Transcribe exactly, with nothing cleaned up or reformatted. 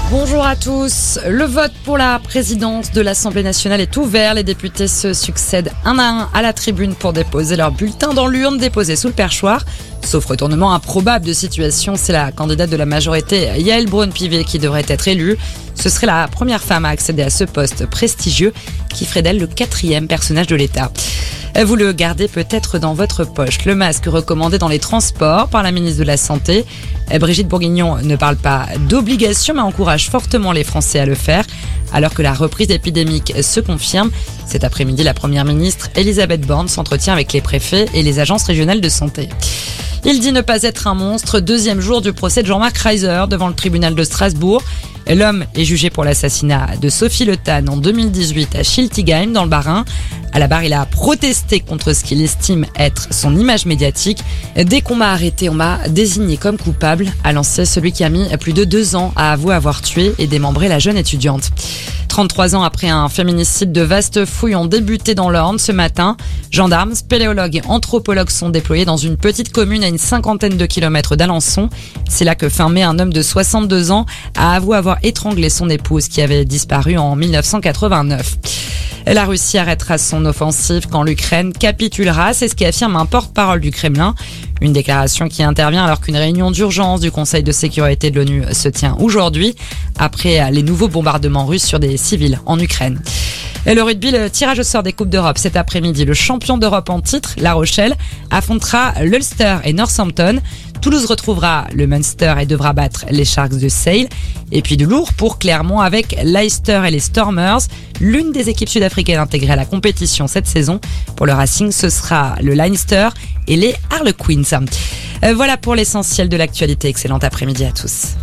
Bonjour à tous. Le vote pour la présidence de l'Assemblée nationale est ouvert. Les députés se succèdent un à un à la tribune pour déposer leur bulletin dans l'urne déposée sous le perchoir. Sauf retournement improbable de situation, c'est la candidate de la majorité, Yaël Braun-Pivet, qui devrait être élue. Ce serait la première femme à accéder à ce poste prestigieux qui ferait d'elle le quatrième personnage de l'État. Vous le gardez peut-être dans votre poche. Le masque recommandé dans les transports par la ministre de la Santé. Brigitte Bourguignon ne parle pas d'obligation mais encourage fortement les Français à le faire. Alors que la reprise épidémique se confirme, cet après-midi, la première ministre Elisabeth Borne s'entretient avec les préfets et les agences régionales de santé. Il dit ne pas être un monstre. Deuxième jour du procès de Jean-Marc Reiser devant le tribunal de Strasbourg. L'homme est jugé pour l'assassinat de Sophie Le Tan en deux mille dix-huit à Schiltigheim dans le Bas-Rhin. À la barre, il a protesté contre ce qu'il estime être son image médiatique. Dès qu'on m'a arrêté, on m'a désigné comme coupable, a lancé celui qui a mis plus de deux ans à avouer avoir tué et démembré la jeune étudiante. trente-trois ans après un féminicide, de vastes fouilles ont débuté dans l'Orne ce matin. Gendarmes, spéléologues et anthropologues sont déployés dans une petite commune à une cinquantaine de kilomètres d'Alençon. C'est là que fin mai, un homme de soixante-deux ans a avoué avoir étranglé son épouse qui avait disparu en mille neuf cent quatre-vingt-neuf. La Russie arrêtera son offensive quand l'Ukraine capitulera, c'est ce qu'affirme un porte-parole du Kremlin. Une déclaration qui intervient alors qu'une réunion d'urgence du Conseil de sécurité de l'ONU se tient aujourd'hui, après les nouveaux bombardements russes sur des civils en Ukraine. Et le rugby, le tirage au sort des Coupes d'Europe cet après-midi. Le champion d'Europe en titre, La Rochelle, affrontera l'Ulster et Northampton. Toulouse retrouvera le Munster et devra battre les Sharks de Sale. Et puis du lourd pour Clermont avec Leicester et les Stormers, l'une des équipes sud-africaines intégrées à la compétition cette saison. Pour le Racing, ce sera le Leinster et les Harlequins. Voilà pour l'essentiel de l'actualité. Excellent après-midi à tous.